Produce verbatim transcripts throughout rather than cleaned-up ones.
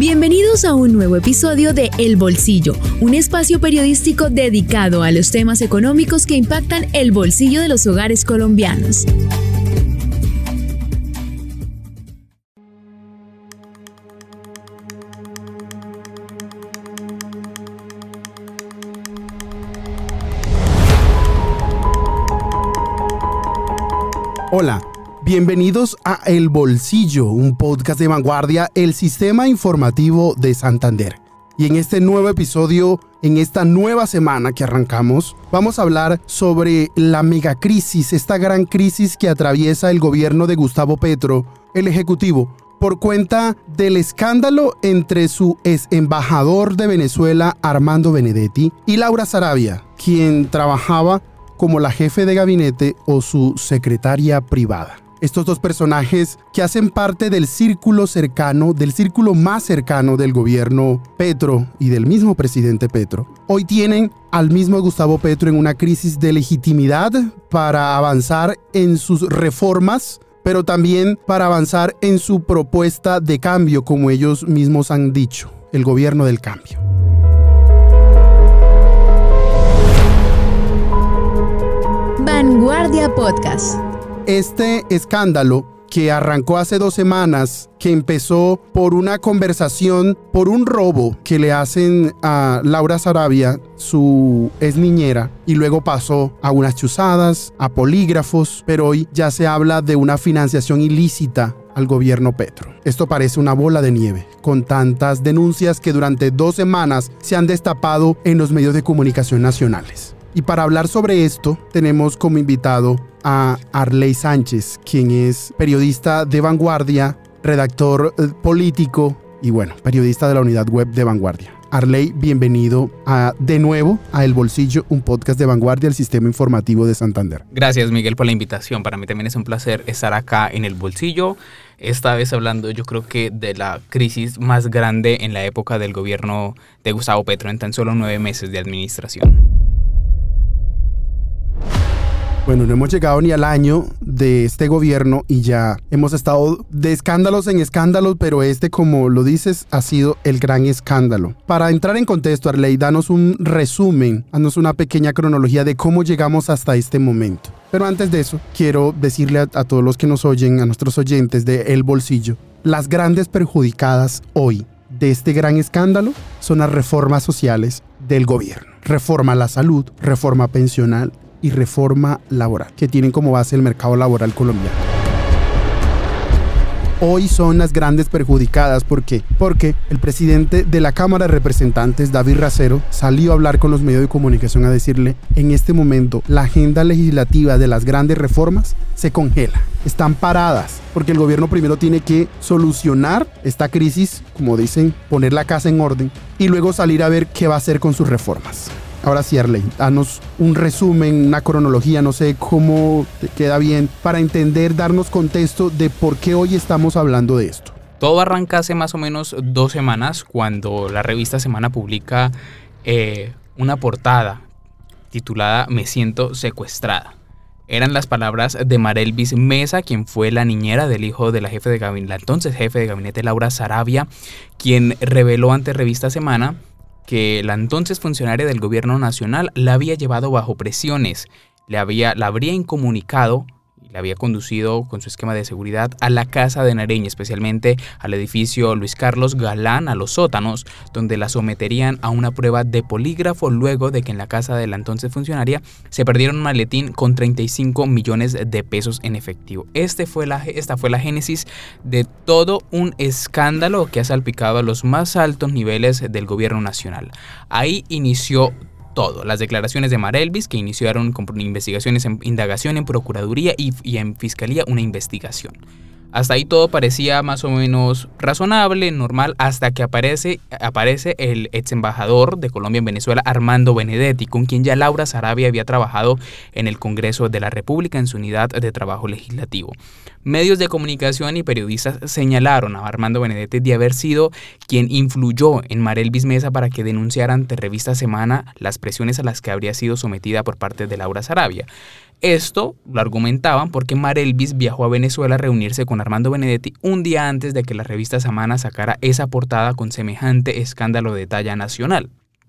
Bienvenidos a un nuevo episodio de El Bolsillo, un espacio periodístico dedicado a los temas económicos que impactan el bolsillo de los hogares colombianos. Hola, bienvenidos a El Bolsillo, un podcast de Vanguardia, el sistema informativo de Santander. Y en este nuevo episodio, en esta nueva semana que arrancamos, vamos a hablar sobre la megacrisis, esta gran crisis que atraviesa el gobierno de Gustavo Petro, el Ejecutivo, por cuenta del escándalo entre su ex embajador de Venezuela, Armando Benedetti, y Laura Sarabia, quien trabajaba como la jefe de gabinete o su secretaria privada. Estos dos personajes que hacen parte del círculo cercano, del círculo más cercano del gobierno Petro y del mismo presidente Petro, hoy tienen al mismo Gustavo Petro en una crisis de legitimidad para avanzar en sus reformas, pero también para avanzar en su propuesta de cambio, como ellos mismos han dicho, el gobierno del cambio. Vanguardia Podcast. Este escándalo que arrancó hace dos semanas, que empezó por una conversación, por un robo que le hacen a Laura Sarabia, su ex niñera, y luego pasó a unas chuzadas, a polígrafos, pero hoy ya se habla de una financiación ilícita al gobierno Petro. Esto parece una bola de nieve, con tantas denuncias que durante dos semanas se han destapado en los medios de comunicación nacionales. Y para hablar sobre esto, tenemos como invitado a Arley Sánchez, quien es periodista de Vanguardia, redactor eh, político y bueno, periodista de la unidad web de Vanguardia. Arley, bienvenido a, de nuevo a El Bolsillo, un podcast de Vanguardia, el sistema informativo de Santander. Gracias, Miguel, por la invitación. Para mí también es un placer estar acá en El Bolsillo, esta vez hablando yo creo que de la crisis más grande en la época del gobierno de Gustavo Petro en tan solo nueve meses de administración. Bueno, no hemos llegado ni al año de este gobierno y ya hemos estado de escándalos en escándalos, pero este, como lo dices, ha sido el gran escándalo. Para entrar en contexto, Arley, danos un resumen, danos una pequeña cronología de cómo llegamos hasta este momento. Pero antes de eso, quiero decirle a, a todos los que nos oyen, a nuestros oyentes de El Bolsillo, las grandes perjudicadas hoy de este gran escándalo son las reformas sociales del gobierno. Reforma a la salud, reforma pensional y reforma laboral, que tienen como base el mercado laboral colombiano. Hoy son las grandes perjudicadas. ¿Por qué? Porque el presidente de la Cámara de Representantes, David Racero, salió a hablar con los medios de comunicación a decirle: en este momento la agenda legislativa de las grandes reformas se congela, están paradas, porque el gobierno primero tiene que solucionar esta crisis, como dicen, poner la casa en orden, y luego salir a ver qué va a hacer con sus reformas. Ahora sí, Arley, danos un resumen, una cronología, no sé cómo te queda bien, para entender, darnos contexto de por qué hoy estamos hablando de esto. Todo arranca hace más o menos dos semanas, cuando la revista Semana publica eh, una portada titulada Me siento secuestrada. Eran las palabras de Marelvis Mesa, quien fue la niñera del hijo de la jefe de gabinete, la entonces jefe de gabinete Laura Sarabia, quien reveló ante revista Semana que la entonces funcionaria del gobierno nacional la había llevado bajo presiones, le había, la habría incomunicado y la había conducido con su esquema de seguridad a la casa de Nariño, especialmente al edificio Luis Carlos Galán, a los sótanos, donde la someterían a una prueba de polígrafo luego de que en la casa de la entonces funcionaria se perdiera un maletín con treinta y cinco millones de pesos en efectivo. Este fue la, esta fue la génesis de todo un escándalo que ha salpicado a los más altos niveles del gobierno nacional. Ahí inició todo. Las declaraciones de Marelvis, que iniciaron con investigaciones en indagación en Procuraduría y, y en Fiscalía una investigación. Hasta ahí todo parecía más o menos razonable, normal, hasta que aparece, aparece el ex embajador de Colombia en Venezuela, Armando Benedetti, con quien ya Laura Sarabia había trabajado en el Congreso de la República en su unidad de trabajo legislativo. Medios de comunicación y periodistas señalaron a Armando Benedetti de haber sido quien influyó en Marelvis Mesa para que denunciara ante Revista Semana las presiones a las que habría sido sometida por parte de Laura Sarabia. Esto lo argumentaban porque Marelvis viajó a Venezuela a reunirse con Armando Benedetti un día antes de que la revista Semana sacara esa portada con semejante escándalo de talla nacional.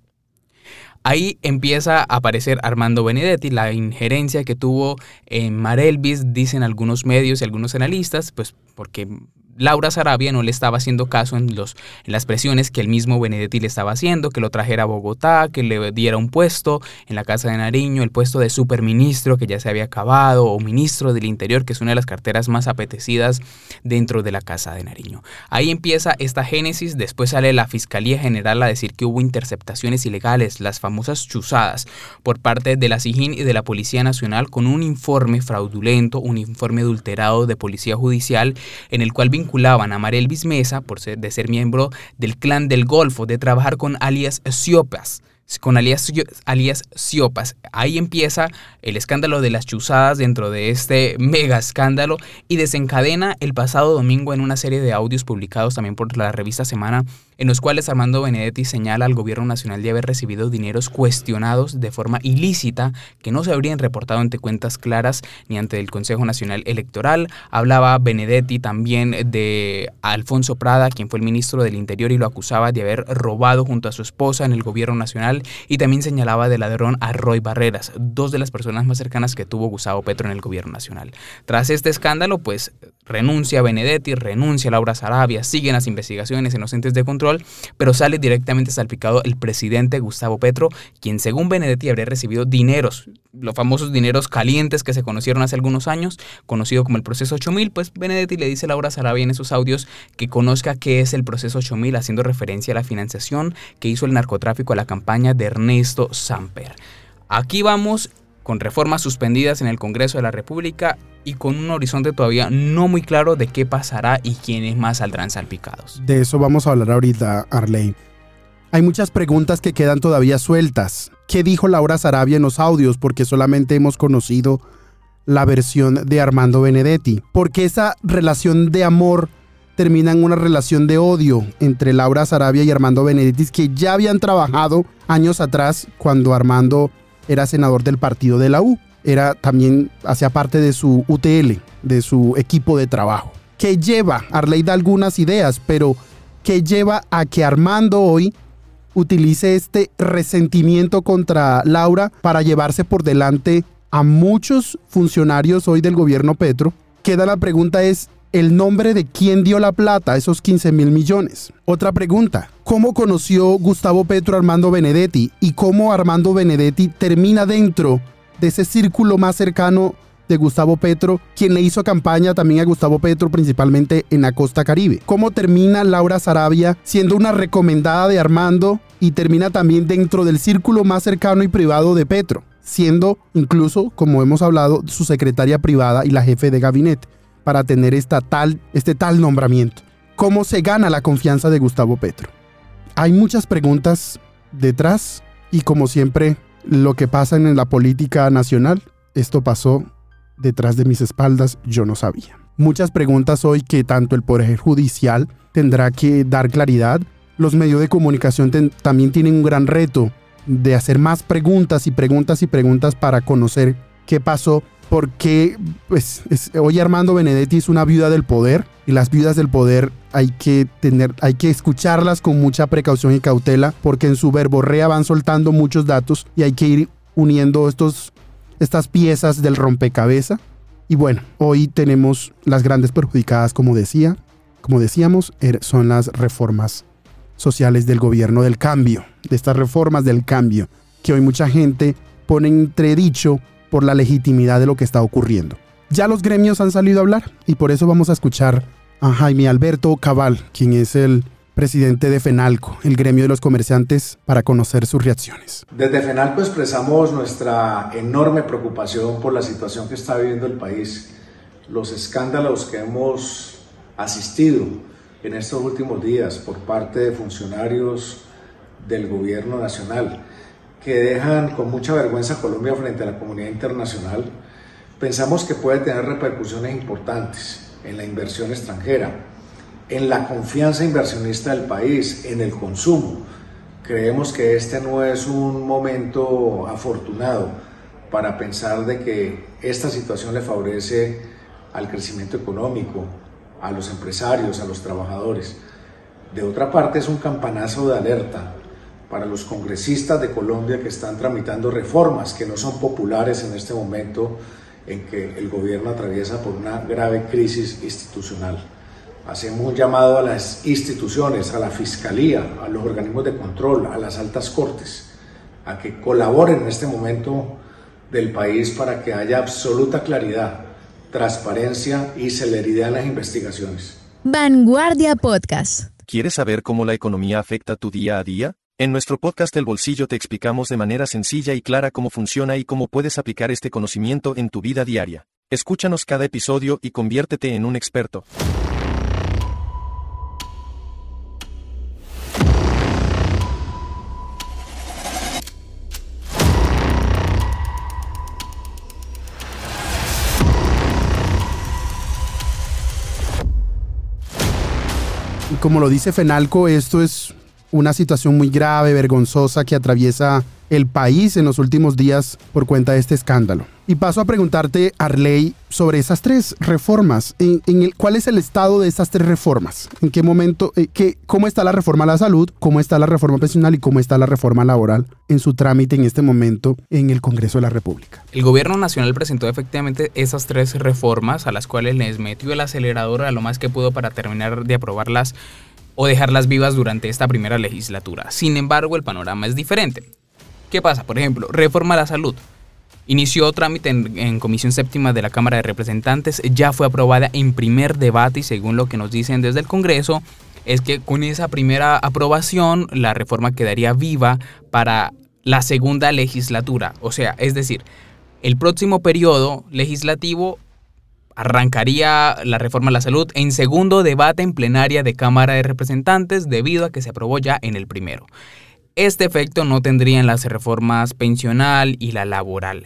Ahí empieza a aparecer Armando Benedetti, la injerencia que tuvo en Marelvis, dicen algunos medios y algunos analistas, pues porque Laura Sarabia no le estaba haciendo caso en, los, en las presiones que el mismo Benedetti le estaba haciendo, que lo trajera a Bogotá, que le diera un puesto en la Casa de Nariño, el puesto de superministro que ya se había acabado, o ministro del Interior, que es una de las carteras más apetecidas dentro de la Casa de Nariño. Ahí empieza esta génesis, después sale la Fiscalía General a decir que hubo interceptaciones ilegales, las famosas chuzadas, por parte de la SIJIN y de la Policía Nacional, con un informe fraudulento, un informe adulterado de Policía Judicial, en el cual vinculaban a Marelvis Mesa, por ser, de ser miembro del Clan del Golfo, de trabajar con alias Siopas, con alias, alias Siopas. Ahí empieza el escándalo de las chuzadas dentro de este mega escándalo y desencadena el pasado domingo en una serie de audios publicados también por la revista Semana, en los cuales Armando Benedetti señala al gobierno nacional de haber recibido dineros cuestionados de forma ilícita que no se habrían reportado ante cuentas claras ni ante el Consejo Nacional Electoral. Hablaba Benedetti también de Alfonso Prada, quien fue el ministro del Interior, y lo acusaba de haber robado junto a su esposa en el gobierno nacional, y también señalaba de ladrón a Roy Barreras, dos de las personas más cercanas que tuvo Gustavo Petro en el gobierno nacional. Tras este escándalo, pues renuncia Benedetti, renuncia Laura Sarabia, siguen las investigaciones en los entes de control, pero sale directamente salpicado el presidente Gustavo Petro, quien según Benedetti habría recibido dineros, los famosos dineros calientes que se conocieron hace algunos años, conocido como el proceso ocho mil. Pues Benedetti le dice a Laura Sarabia en esos audios que conozca qué es el proceso ocho mil, haciendo referencia a la financiación que hizo el narcotráfico a la campaña de Ernesto Samper. Aquí vamos con reformas suspendidas en el Congreso de la República y con un horizonte todavía no muy claro de qué pasará y quiénes más saldrán salpicados. De eso vamos a hablar ahorita, Arley. Hay muchas preguntas que quedan todavía sueltas. ¿Qué dijo Laura Sarabia en los audios? Porque solamente hemos conocido la versión de Armando Benedetti. ¿Por qué esa relación de amor termina en una relación de odio entre Laura Sarabia y Armando Benedetti, que ya habían trabajado años atrás cuando Armando era senador del partido de la U? Era también, hacía parte de su U T L, de su equipo de trabajo. ¿Qué lleva? Arley da algunas ideas, pero ¿qué lleva a que Armando hoy utilice este resentimiento contra Laura para llevarse por delante a muchos funcionarios hoy del gobierno Petro? Queda la pregunta es, ¿el nombre de quién dio la plata, esos quince mil millones? Otra pregunta, ¿cómo conoció Gustavo Petro a Armando Benedetti? ¿Y cómo Armando Benedetti termina dentro de ese círculo más cercano de Gustavo Petro, quien le hizo campaña también a Gustavo Petro, principalmente en la costa Caribe? ¿Cómo termina Laura Sarabia siendo una recomendada de Armando y termina también dentro del círculo más cercano y privado de Petro, siendo incluso, como hemos hablado, su secretaria privada y la jefe de gabinete, para tener esta tal, este tal nombramiento? ¿Cómo se gana la confianza de Gustavo Petro? Hay muchas preguntas detrás y, como siempre, lo que pasa en la política nacional, esto pasó detrás de mis espaldas, yo no sabía. Muchas preguntas hoy que tanto el Poder Judicial tendrá que dar claridad. Los medios de comunicación ten, también tienen un gran reto de hacer más preguntas y preguntas y preguntas para conocer qué pasó. Porque pues, es, hoy Armando Benedetti es una viuda del poder, y las viudas del poder hay que, tener, hay que escucharlas con mucha precaución y cautela, porque en su verborrea van soltando muchos datos y hay que ir uniendo estos, estas piezas del rompecabezas. Y bueno, hoy tenemos las grandes perjudicadas, como decía, como decíamos, son las reformas sociales del gobierno del cambio, de estas reformas del cambio, que hoy mucha gente pone en entredicho por la legitimidad de lo que está ocurriendo. Ya los gremios han salido a hablar y por eso vamos a escuchar a Jaime Alberto Cabal, quien es el presidente de FENALCO, el gremio de los comerciantes, para conocer sus reacciones. Desde FENALCO expresamos nuestra enorme preocupación por la situación que está viviendo el país, los escándalos que hemos asistido en estos últimos días por parte de funcionarios del gobierno nacional, que dejan con mucha vergüenza a Colombia frente a la comunidad internacional. Pensamos que puede tener repercusiones importantes en la inversión extranjera, en la confianza inversionista del país, en el consumo. Creemos que este no es un momento afortunado para pensar de que esta situación le favorece al crecimiento económico, a los empresarios, a los trabajadores. De otra parte, es un campanazo de alerta para los congresistas de Colombia que están tramitando reformas que no son populares en este momento en que el gobierno atraviesa por una grave crisis institucional. Hacemos un llamado a las instituciones, a la Fiscalía, a los organismos de control, a las altas cortes, a que colaboren en este momento del país para que haya absoluta claridad, transparencia y celeridad en las investigaciones. Vanguardia Podcast. ¿Quieres saber cómo la economía afecta tu día a día? En nuestro podcast El Bolsillo te explicamos de manera sencilla y clara cómo funciona y cómo puedes aplicar este conocimiento en tu vida diaria. Escúchanos cada episodio y conviértete en un experto. Como lo dice Fenalco, esto es una situación muy grave, vergonzosa que atraviesa el país en los últimos días por cuenta de este escándalo. Y paso a preguntarte, Arley, sobre esas tres reformas. En, en el, ¿Cuál es el estado de esas tres reformas? ¿En qué momento? Eh, qué, ¿Cómo está la reforma a la salud? ¿Cómo está la reforma pensional? ¿Y cómo está la reforma laboral en su trámite en este momento en el Congreso de la República? El gobierno nacional presentó efectivamente esas tres reformas a las cuales les metió el acelerador a lo más que pudo para terminar de aprobarlas o dejarlas vivas durante esta primera legislatura. Sin embargo, el panorama es diferente. ¿Qué pasa? Por ejemplo, reforma a la salud. Inició trámite en, en Comisión Séptima de la Cámara de Representantes, ya fue aprobada en primer debate y según lo que nos dicen desde el Congreso, es que con esa primera aprobación la reforma quedaría viva para la segunda legislatura. O sea, es decir, el próximo periodo legislativo arrancaría la reforma a la salud en segundo debate en plenaria de Cámara de Representantes debido a que se aprobó ya en el primero. Este efecto no tendrían las reformas pensional y la laboral.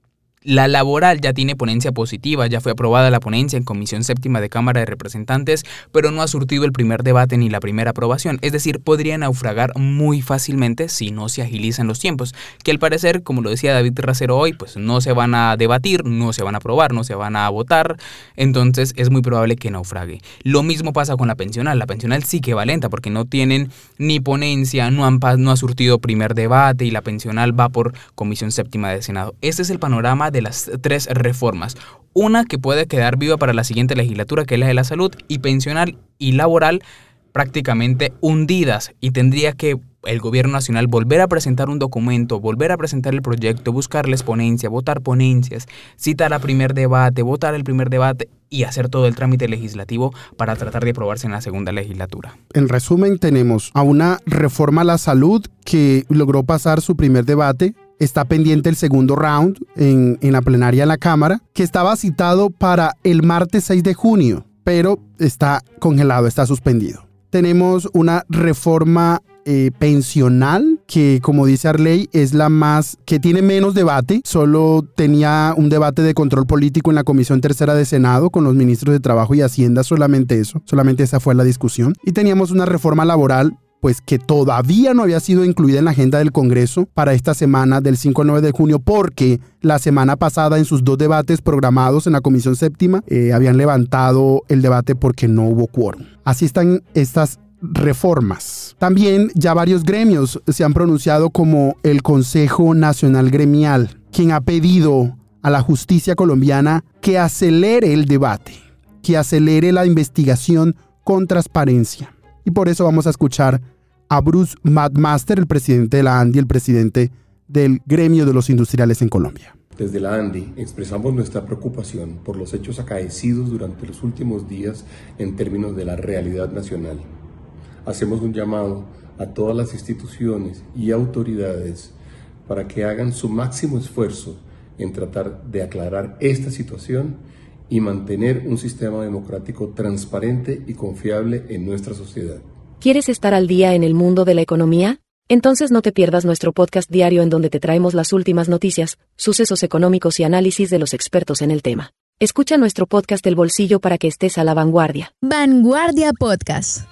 La laboral ya tiene ponencia positiva, ya fue aprobada la ponencia en Comisión Séptima de Cámara de Representantes, pero no ha surtido el primer debate ni la primera aprobación. Es decir, podría naufragar muy fácilmente si no se agilizan los tiempos, que al parecer, como lo decía David Racero hoy, pues no se van a debatir, no se van a aprobar, no se van a votar, entonces es muy probable que naufrague. Lo mismo pasa con la pensional. La pensional sí que va lenta porque no tienen ni ponencia, no, han, no ha surtido primer debate y la pensional va por Comisión Séptima de Senado. Este es el panorama de las tres reformas. Una que puede quedar viva para la siguiente legislatura, que es la de la salud, y pensional y laboral prácticamente hundidas, y tendría que el gobierno nacional volver a presentar un documento, volver a presentar el proyecto, buscarles ponencia, votar ponencias, citar a primer debate, votar el primer debate y hacer todo el trámite legislativo para tratar de aprobarse en la segunda legislatura. En resumen, tenemos a una reforma a la salud que logró pasar su primer debate. Está pendiente el segundo round en, en la plenaria de la Cámara, que estaba citado para el martes seis de junio, pero está congelado, está suspendido. Tenemos una reforma eh, pensional que, como dice Arley, es la más, que tiene menos debate. Solo tenía un debate de control político en la Comisión Tercera de Senado con los ministros de Trabajo y Hacienda, solamente eso, solamente esa fue la discusión. Y teníamos una reforma laboral pues que todavía no había sido incluida en la agenda del Congreso para esta semana del cinco al nueve de junio, porque la semana pasada en sus dos debates programados en la Comisión Séptima eh, habían levantado el debate porque no hubo quórum. Así están estas reformas. También ya varios gremios se han pronunciado, como el Consejo Nacional Gremial, quien ha pedido a la justicia colombiana que acelere el debate, que acelere la investigación con transparencia. Y por eso vamos a escuchar a Bruce McMaster, el presidente de la ANDI, el presidente del gremio de los industriales en Colombia. Desde la ANDI expresamos nuestra preocupación por los hechos acaecidos durante los últimos días en términos de la realidad nacional. Hacemos un llamado a todas las instituciones y autoridades para que hagan su máximo esfuerzo en tratar de aclarar esta situación y mantener un sistema democrático transparente y confiable en nuestra sociedad. ¿Quieres estar al día en el mundo de la economía? Entonces no te pierdas nuestro podcast diario en donde te traemos las últimas noticias, sucesos económicos y análisis de los expertos en el tema. Escucha nuestro podcast El Bolsillo para que estés a la vanguardia. Vanguardia Podcast.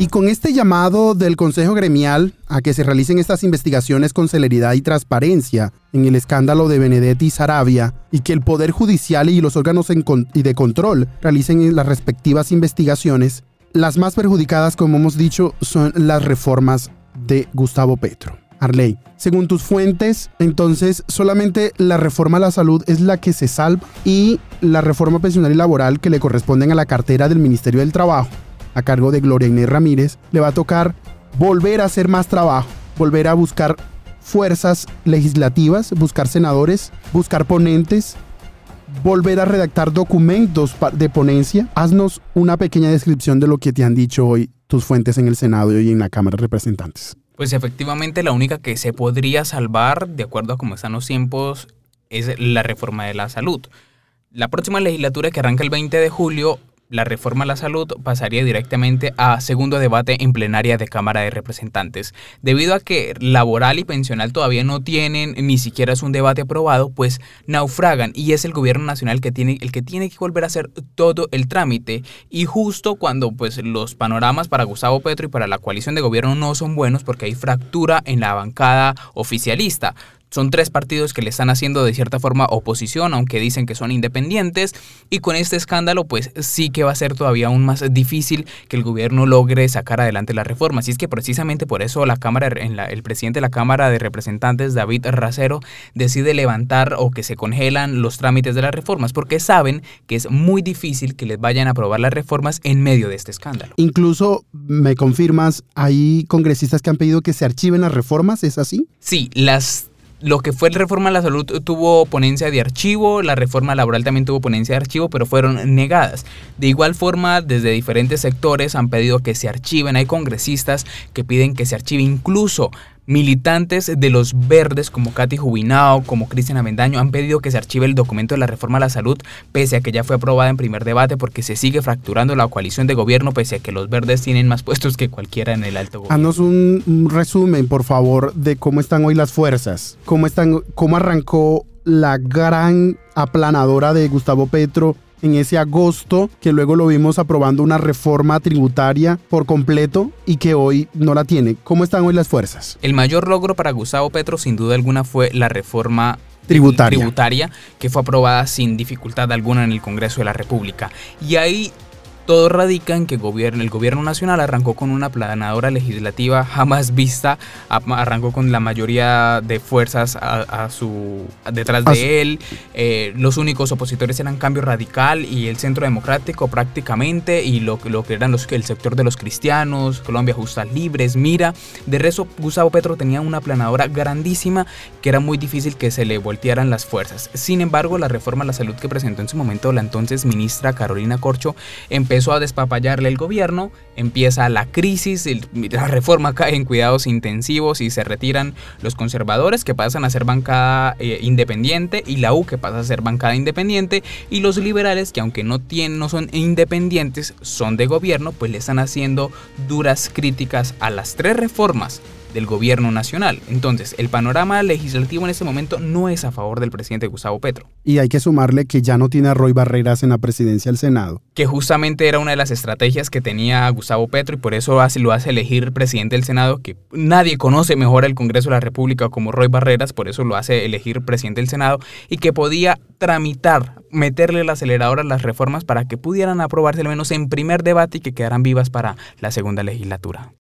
Y con este llamado del Consejo Gremial a que se realicen estas investigaciones con celeridad y transparencia en el escándalo de Benedetti y Saravia, y que el Poder Judicial y los órganos de control realicen las respectivas investigaciones, las más perjudicadas, como hemos dicho, son las reformas de Gustavo Petro. Arley, según tus fuentes, entonces solamente la reforma a la salud es la que se salva y la reforma pensional y laboral que le corresponden a la cartera del Ministerio del Trabajo, a cargo de Gloria Inés Ramírez, le va a tocar volver a hacer más trabajo, volver a buscar fuerzas legislativas, buscar senadores, buscar ponentes, volver a redactar documentos de ponencia. Haznos una pequeña descripción de lo que te han dicho hoy tus fuentes en el Senado y en la Cámara de Representantes. Pues efectivamente la única que se podría salvar, de acuerdo a cómo están los tiempos, es la reforma de la salud. La próxima legislatura, que arranca el veinte de julio, la reforma a la salud pasaría directamente a segundo debate en plenaria de Cámara de Representantes. Debido a que laboral y pensional todavía no tienen ni siquiera es un debate aprobado, pues naufragan y es el gobierno nacional que tiene, el que tiene que volver a hacer todo el trámite. Y justo cuando pues los panoramas para Gustavo Petro y para la coalición de gobierno no son buenos porque hay fractura en la bancada oficialista. Son tres partidos que le están haciendo de cierta forma oposición, aunque dicen que son independientes, y con este escándalo pues sí que va a ser todavía aún más difícil que el gobierno logre sacar adelante las reformas. Y es que precisamente por eso la Cámara, en la, el presidente de la Cámara de Representantes, David Racero, decide levantar o que se congelan los trámites de las reformas, porque saben que es muy difícil que les vayan a aprobar las reformas en medio de este escándalo. Incluso, me confirmas, hay congresistas que han pedido que se archiven las reformas, ¿es así? Sí, las... Lo que fue la reforma a la salud tuvo ponencia de archivo, la reforma laboral también tuvo ponencia de archivo, pero fueron negadas. De igual forma, desde diferentes sectores han pedido que se archiven. Hay congresistas que piden que se archive, incluso militantes de los verdes como Katy Jubinao, como Cristian Avendaño, han pedido que se archive el documento de la reforma a la salud, pese a que ya fue aprobada en primer debate, porque se sigue fracturando la coalición de gobierno, pese a que los verdes tienen más puestos que cualquiera en el alto gobierno. Haznos un, un resumen, por favor, de cómo están hoy las fuerzas, cómo, están, cómo arrancó la gran aplanadora de Gustavo Petro en ese agosto, que luego lo vimos aprobando una reforma tributaria por completo y que hoy no la tiene. ¿Cómo están hoy las fuerzas? El mayor logro para Gustavo Petro, sin duda alguna, fue la reforma tributaria, tributaria que fue aprobada sin dificultad alguna en el Congreso de la República. Y ahí todo radica en que gobierno, el gobierno nacional arrancó con una aplanadora legislativa jamás vista, arrancó con la mayoría de fuerzas a, a su, detrás de As... él. Eh, los únicos opositores eran Cambio Radical y el Centro Democrático prácticamente, y lo, lo que eran los, el sector de los cristianos, Colombia Justas Libres, Mira. De resto, Gustavo Petro tenía una aplanadora grandísima que era muy difícil que se le voltearan las fuerzas. Sin embargo, la reforma a la salud que presentó en su momento la entonces ministra Carolina Corcho empezó a despapallarle el gobierno, empieza la crisis, el, la reforma cae en cuidados intensivos y se retiran los conservadores, que pasan a ser bancada eh, independiente, y la U, que pasa a ser bancada independiente, y los liberales, que aunque no, tienen, no son independientes, son de gobierno, pues le están haciendo duras críticas a las tres reformas del gobierno nacional. Entonces, el panorama legislativo en este momento no es a favor del presidente Gustavo Petro. Y hay que sumarle que ya no tiene a Roy Barreras en la presidencia del Senado. Que justamente era una de las estrategias que tenía Gustavo Petro, y por eso hace, lo hace elegir presidente del Senado, que nadie conoce mejor el Congreso de la República como Roy Barreras, por eso lo hace elegir presidente del Senado, y que podía tramitar, meterle el acelerador a las reformas para que pudieran aprobarse al menos en primer debate y que quedaran vivas para la segunda legislatura.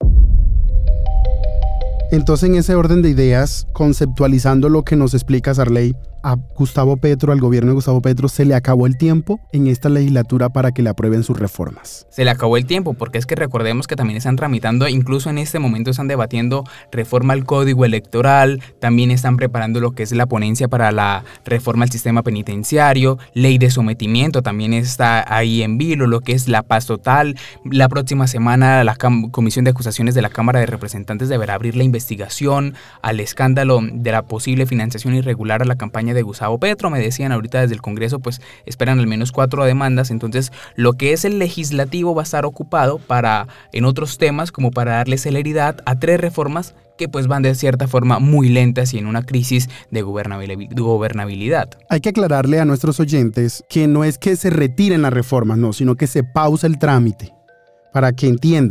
Entonces, en ese orden de ideas, conceptualizando lo que nos explica Sarley, a Gustavo Petro, al gobierno de Gustavo Petro, se le acabó el tiempo en esta legislatura para que le aprueben sus reformas. Se le acabó el tiempo, porque es que recordemos que también están tramitando, incluso en este momento están debatiendo reforma al Código Electoral, también están preparando lo que es la ponencia para la reforma al sistema penitenciario, ley de sometimiento también está ahí en vilo, lo que es la paz total. La próxima semana la Cam- Comisión de Acusaciones de la Cámara de Representantes deberá abrir la investigación al escándalo de la posible financiación irregular a la campaña de Gustavo Petro. Me decían ahorita desde el Congreso, pues esperan al menos cuatro demandas. Entonces, lo que es el legislativo va a estar ocupado para, en otros temas, como para darle celeridad a tres reformas que pues van de cierta forma muy lentas y en una crisis de gobernabilidad. Hay que aclararle a nuestros oyentes que no es que se retiren las reformas, no, sino que se pausa el trámite, para que entiendan.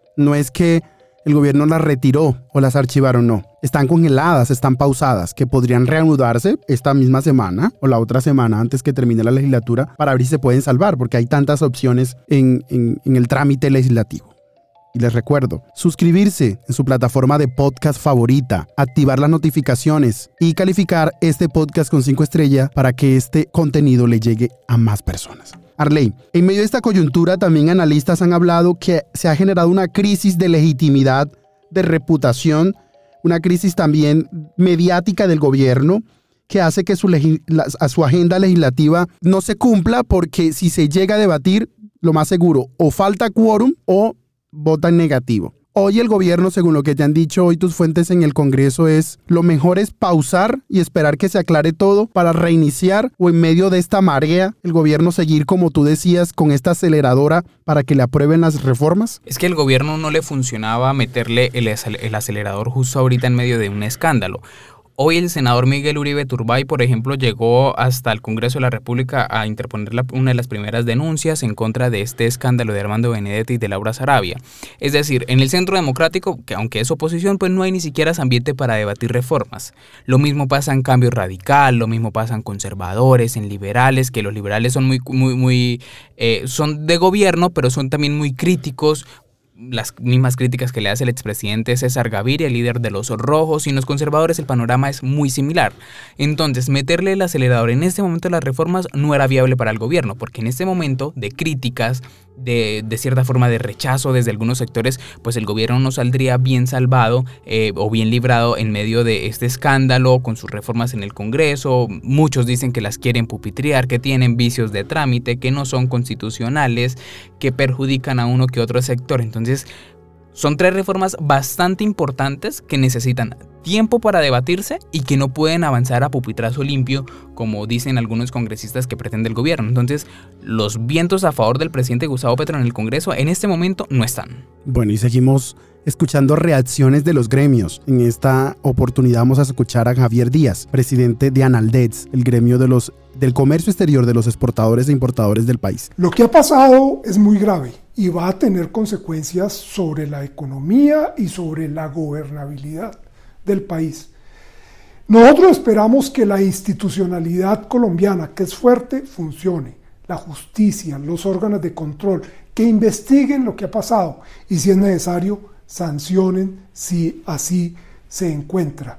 No es que el gobierno las retiró o las archivaron, no. Están congeladas, están pausadas, que podrían reanudarse esta misma semana o la otra semana antes que termine la legislatura para ver si se pueden salvar, porque hay tantas opciones en, en, en el trámite legislativo. Y les recuerdo, suscribirse en su plataforma de podcast favorita, activar las notificaciones y calificar este podcast con cinco estrellas para que este contenido le llegue a más personas. Arley, en medio de esta coyuntura también analistas han hablado que se ha generado una crisis de legitimidad, de reputación, una crisis también mediática del gobierno que hace que su, legi- la, a su agenda legislativa no se cumpla porque si se llega a debatir, lo más seguro, o falta quórum o vota en negativo. Hoy el gobierno, según lo que te han dicho hoy tus fuentes en el Congreso, es lo mejor es pausar y esperar que se aclare todo para reiniciar o en medio de esta marea el gobierno seguir, como tú decías, con esta aceleradora para que le aprueben las reformas. Es que el gobierno no le funcionaba meterle el, el acelerador justo ahorita en medio de un escándalo. Hoy el senador Miguel Uribe Turbay, por ejemplo, llegó hasta el Congreso de la República a interponer la, una de las primeras denuncias en contra de este escándalo de Armando Benedetti y de Laura Sarabia. Es decir, en el Centro Democrático, que aunque es oposición, pues no hay ni siquiera ambiente para debatir reformas. Lo mismo pasa en Cambio Radical, lo mismo pasa en conservadores, en liberales, que los liberales son muy, muy, muy, eh, son de gobierno, pero son también muy críticos. Las mismas críticas que le hace el expresidente César Gaviria, el líder de los rojos, y en los conservadores el panorama es muy similar. Entonces, meterle el acelerador en este momento de las reformas no era viable para el gobierno, porque en este momento de críticas, de, de cierta forma de rechazo desde algunos sectores, pues el gobierno no saldría bien salvado eh, o bien librado en medio de este escándalo con sus reformas en el Congreso. Muchos dicen que las quieren pupitrear, que tienen vicios de trámite, que no son constitucionales, que perjudican a uno que otro sector. Entonces, son tres reformas bastante importantes que necesitan tiempo para debatirse y que no pueden avanzar a pupitrazo limpio, como dicen algunos congresistas que pretende el gobierno. Entonces, los vientos a favor del presidente Gustavo Petro en el Congreso en este momento no están. Bueno, y seguimos escuchando reacciones de los gremios. En esta oportunidad vamos a escuchar a Javier Díaz, presidente de Analdets, el gremio de los, del comercio exterior de los exportadores e importadores del país. Lo que ha pasado es muy grave y va a tener consecuencias sobre la economía y sobre la gobernabilidad del país. Nosotros esperamos que la institucionalidad colombiana, que es fuerte, funcione. La justicia, los órganos de control, que investiguen lo que ha pasado y si es necesario, sancionen si así se encuentra.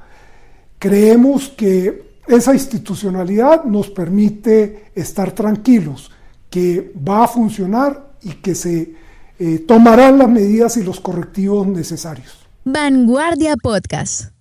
Creemos que esa institucionalidad nos permite estar tranquilos, que va a funcionar y que se eh, tomarán las medidas y los correctivos necesarios. Vanguardia Podcast.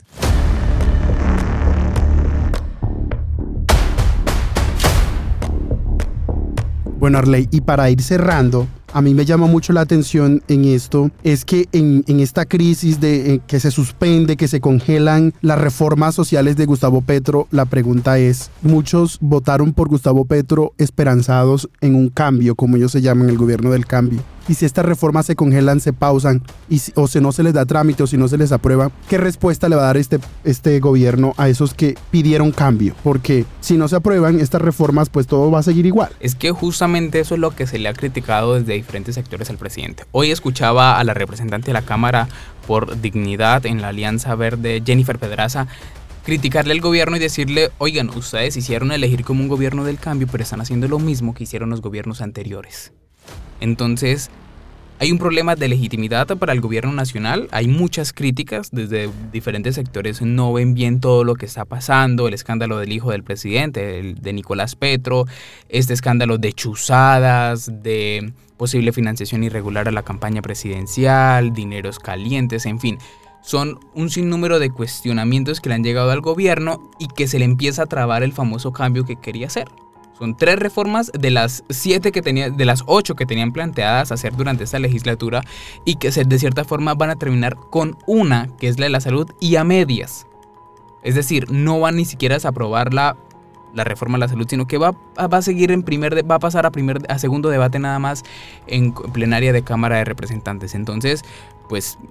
Bueno, Arley, y para ir cerrando, a mí me llama mucho la atención en esto, es que en, en esta crisis de eh, que se suspende, que se congelan las reformas sociales de Gustavo Petro, la pregunta es, muchos votaron por Gustavo Petro esperanzados en un cambio, como ellos se llaman, el gobierno del cambio. Y si estas reformas se congelan, se pausan, y si, o si no se les da trámite o si no se les aprueba, ¿qué respuesta le va a dar este, este gobierno a esos que pidieron cambio? Porque si no se aprueban estas reformas, pues todo va a seguir igual. Es que justamente eso es lo que se le ha criticado desde diferentes sectores al presidente. Hoy escuchaba a la representante de la Cámara por Dignidad en la Alianza Verde, Jennifer Pedraza, criticarle al gobierno y decirle, oigan, ustedes hicieron elegir como un gobierno del cambio, pero están haciendo lo mismo que hicieron los gobiernos anteriores. Entonces, hay un problema de legitimidad para el gobierno nacional, hay muchas críticas desde diferentes sectores, no ven bien todo lo que está pasando, el escándalo del hijo del presidente, el de Nicolás Petro, este escándalo de chuzadas, de posible financiación irregular a la campaña presidencial, dineros calientes, en fin. Son un sinnúmero de cuestionamientos que le han llegado al gobierno y que se le empieza a trabar el famoso cambio que quería hacer. Son tres reformas de las siete que tenía, de las ocho que tenían planteadas hacer durante esta legislatura y que de cierta forma van a terminar con una, que es la de la salud, y a medias. Es decir, no van ni siquiera a aprobar la, la reforma de la salud, sino que va, va a seguir en primer, va a pasar a primer, a segundo debate nada más en plenaria de Cámara de Representantes. Entonces, pues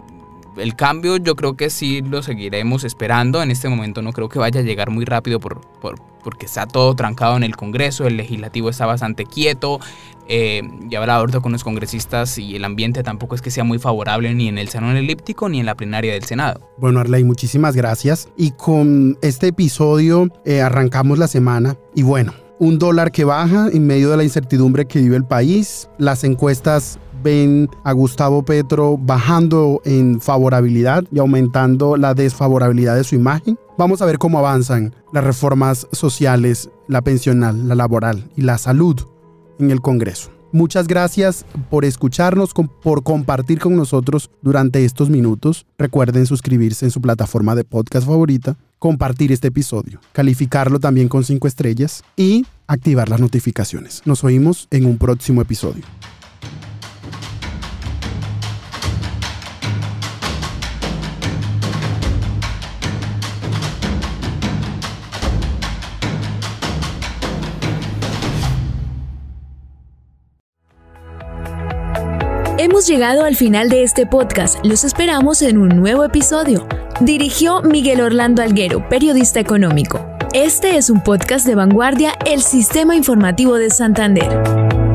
el cambio yo creo que sí lo seguiremos esperando. En este momento no creo que vaya a llegar muy rápido por, por, porque está todo trancado en el Congreso, el legislativo está bastante quieto, eh, y habrá ahorita con los congresistas y el ambiente tampoco es que sea muy favorable ni en el salón elíptico ni en la plenaria del Senado. Bueno, Arley, muchísimas gracias. Y con este episodio eh, arrancamos la semana y bueno, un dólar que baja en medio de la incertidumbre que vive el país. Las encuestas ven a Gustavo Petro bajando en favorabilidad y aumentando la desfavorabilidad de su imagen. Vamos a ver cómo avanzan las reformas sociales, la pensional, la laboral y la salud en el Congreso. Muchas gracias por escucharnos, por compartir con nosotros durante estos minutos. Recuerden suscribirse en su plataforma de podcast favorita, compartir este episodio, calificarlo también con cinco estrellas y activar las notificaciones. Nos oímos en un próximo episodio. Hemos llegado al final de este podcast. Los esperamos en un nuevo episodio. Dirigió Miguel Orlando Alguero, periodista económico. Este es un podcast de Vanguardia, el Sistema Informativo de Santander.